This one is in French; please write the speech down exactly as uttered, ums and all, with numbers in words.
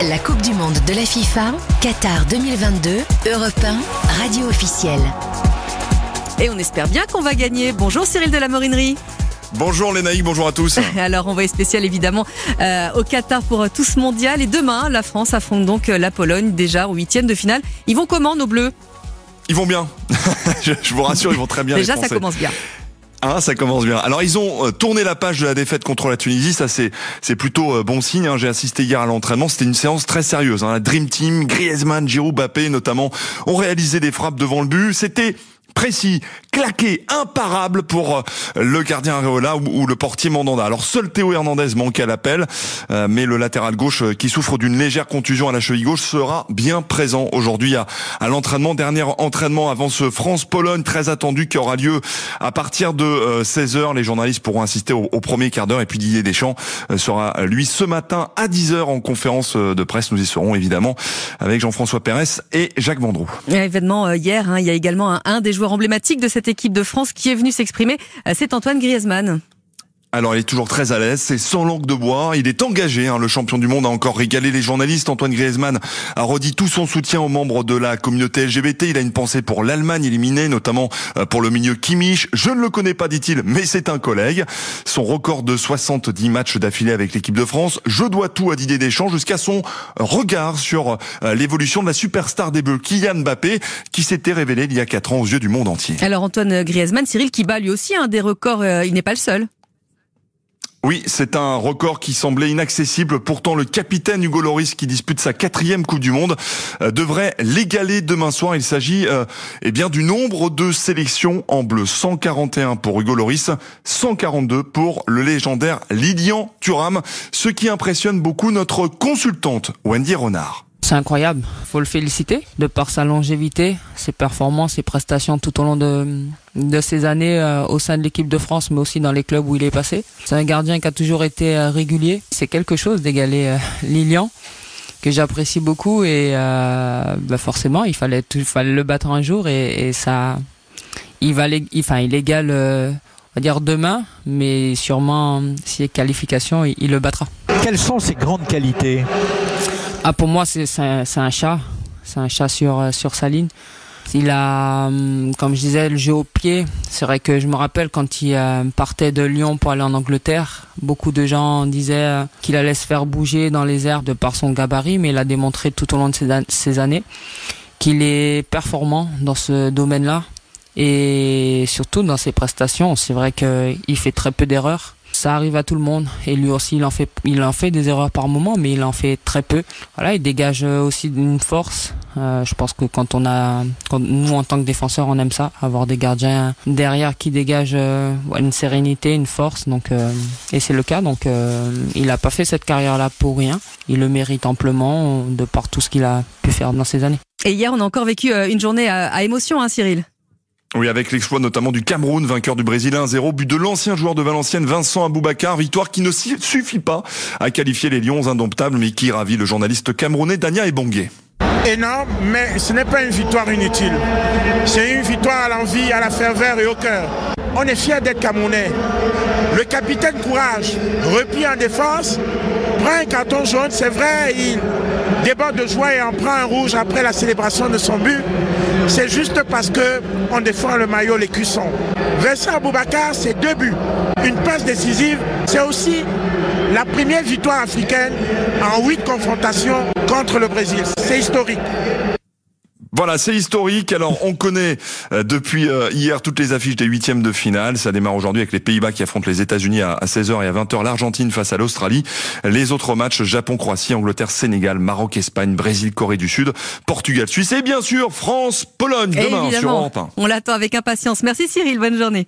La Coupe du Monde de la FIFA, Qatar deux mille vingt-deux, Europe un, radio officielle. Et on espère bien qu'on va gagner. Bonjour Cyril de la Morinerie. Bonjour Lénaïque, bonjour à tous. Alors envoyé spécial évidemment euh, au Qatar pour euh, tout ce mondial. Et demain, la France affronte donc euh, la Pologne déjà au huitième de finale. Ils vont comment nos Bleus ? Ils vont bien. je, je vous rassure, ils vont très bien. Déjà les Français. Ça commence bien. Ah, ça commence bien. Alors ils ont euh, tourné la page de la défaite contre la Tunisie, ça c'est c'est plutôt euh, bon signe. Hein. J'ai assisté hier à l'entraînement, c'était une séance très sérieuse. Hein. La Dream Team, Griezmann, Giroud, Mbappé notamment, ont réalisé des frappes devant le but. C'était précis, claqué, imparable pour le gardien Areola ou, ou le portier Mandanda. Alors seul Théo Hernandez manquait à l'appel, euh, mais le latéral gauche euh, qui souffre d'une légère contusion à la cheville gauche sera bien présent aujourd'hui à, à l'entraînement. Dernier entraînement avant ce France-Pologne très attendu qui aura lieu à partir de euh, seize heures. Les journalistes pourront assister au, au premier quart d'heure et puis Didier Deschamps euh, sera lui ce matin à dix heures en conférence de presse. Nous y serons évidemment avec Jean-François Pérez et Jacques Vendroux. Événement euh, hier, hein, il y a également un, un des joueurs emblématique de cette équipe de France qui est venu s'exprimer, c'est Antoine Griezmann. Alors il est toujours très à l'aise, c'est sans langue de bois, il est engagé, hein, le champion du monde a encore régalé les journalistes. Antoine Griezmann a redit tout son soutien aux membres de la communauté L G B T, il a une pensée pour l'Allemagne éliminée, notamment pour le milieu Kimmich. Je ne le connais pas, dit-il, mais c'est un collègue. Son record de soixante-dix matchs d'affilée avec l'équipe de France, je dois tout à Didier Deschamps, jusqu'à son regard sur l'évolution de la superstar des Bleus, Kylian Mbappé, qui s'était révélé il y a quatre ans aux yeux du monde entier. Alors Antoine Griezmann, Cyril, qui bat lui aussi un des records, euh, il n'est pas le seul. Oui, c'est un record qui semblait inaccessible. Pourtant, le capitaine Hugo Lloris, qui dispute sa quatrième Coupe du Monde, euh, devrait l'égaler demain soir. Il s'agit euh, eh bien du nombre de sélections en bleu. cent quarante et un pour Hugo Lloris, cent quarante-deux pour le légendaire Lilian Thuram. Ce qui impressionne beaucoup notre consultante, Wendy Renard. C'est incroyable, faut le féliciter de par sa longévité, ses performances, ses prestations tout au long de, de ces années euh, au sein de l'équipe de France, mais aussi dans les clubs où il est passé. C'est un gardien qui a toujours été euh, régulier. C'est quelque chose d'égaler euh, Lilian, que j'apprécie beaucoup et euh, bah forcément il fallait, il fallait le battre un jour et, et ça, il va, il, enfin il égale, euh, on va dire demain, mais sûrement s'il y a qualification, il, il le battra. Quelles sont ses grandes qualités ? Ah, pour moi, c'est, c'est, un, c'est un chat. C'est un chat sur, sur sa ligne. Il a, comme je disais, le jeu au pied. C'est vrai que je me rappelle quand il euh, partait de Lyon pour aller en Angleterre, beaucoup de gens disaient euh, qu'il allait se faire bouger dans les airs de par son gabarit, mais il a démontré tout au long de ces, ces années qu'il est performant dans ce domaine-là. Et surtout dans ses prestations, c'est vrai qu'il fait très peu d'erreurs. Ça arrive à tout le monde et lui aussi il en fait il en fait des erreurs par moment, mais il en fait très peu. Voilà, il dégage aussi une force. Euh, je pense que quand on a quand nous en tant que défenseurs on aime ça, avoir des gardiens derrière qui dégagent euh, une sérénité, une force. Donc euh, et c'est le cas. Donc euh, il a pas fait cette carrière là pour rien. Il le mérite amplement de par tout ce qu'il a pu faire dans ces années. Et hier on a encore vécu une journée à, à émotion, hein, Cyril. Oui, avec l'exploit notamment du Cameroun, vainqueur du Brésil un zéro, but de l'ancien joueur de Valenciennes, Vincent Aboubakar, victoire qui ne suffit pas à qualifier les Lions indomptables, mais qui ravit le journaliste camerounais Dania Ebongué. Énorme, mais ce n'est pas une victoire inutile. C'est une victoire à l'envie, à la ferveur et au cœur. On est fiers d'être Camerounais. Le capitaine Courage, repli en défense, prend un carton jaune, c'est vrai, il déborde de joie et en prend un rouge après la célébration de son but. C'est juste parce que on défend le maillot, les cuissons. Vincent Aboubakar, c'est deux buts, une passe décisive. C'est aussi la première victoire africaine en huit confrontations contre le Brésil. C'est historique. Voilà, c'est historique. Alors, on connaît euh, depuis euh, hier toutes les affiches des huitièmes de finale. Ça démarre aujourd'hui avec les Pays-Bas qui affrontent les États-Unis à, à seize heures et à vingt heures l'Argentine face à l'Australie. Les autres matchs, Japon-Croatie, Angleterre-Sénégal, Maroc-Espagne, Brésil-Corée du Sud, Portugal-Suisse et bien sûr France-Pologne demain sur Europe un. On l'attend avec impatience. Merci Cyril, bonne journée.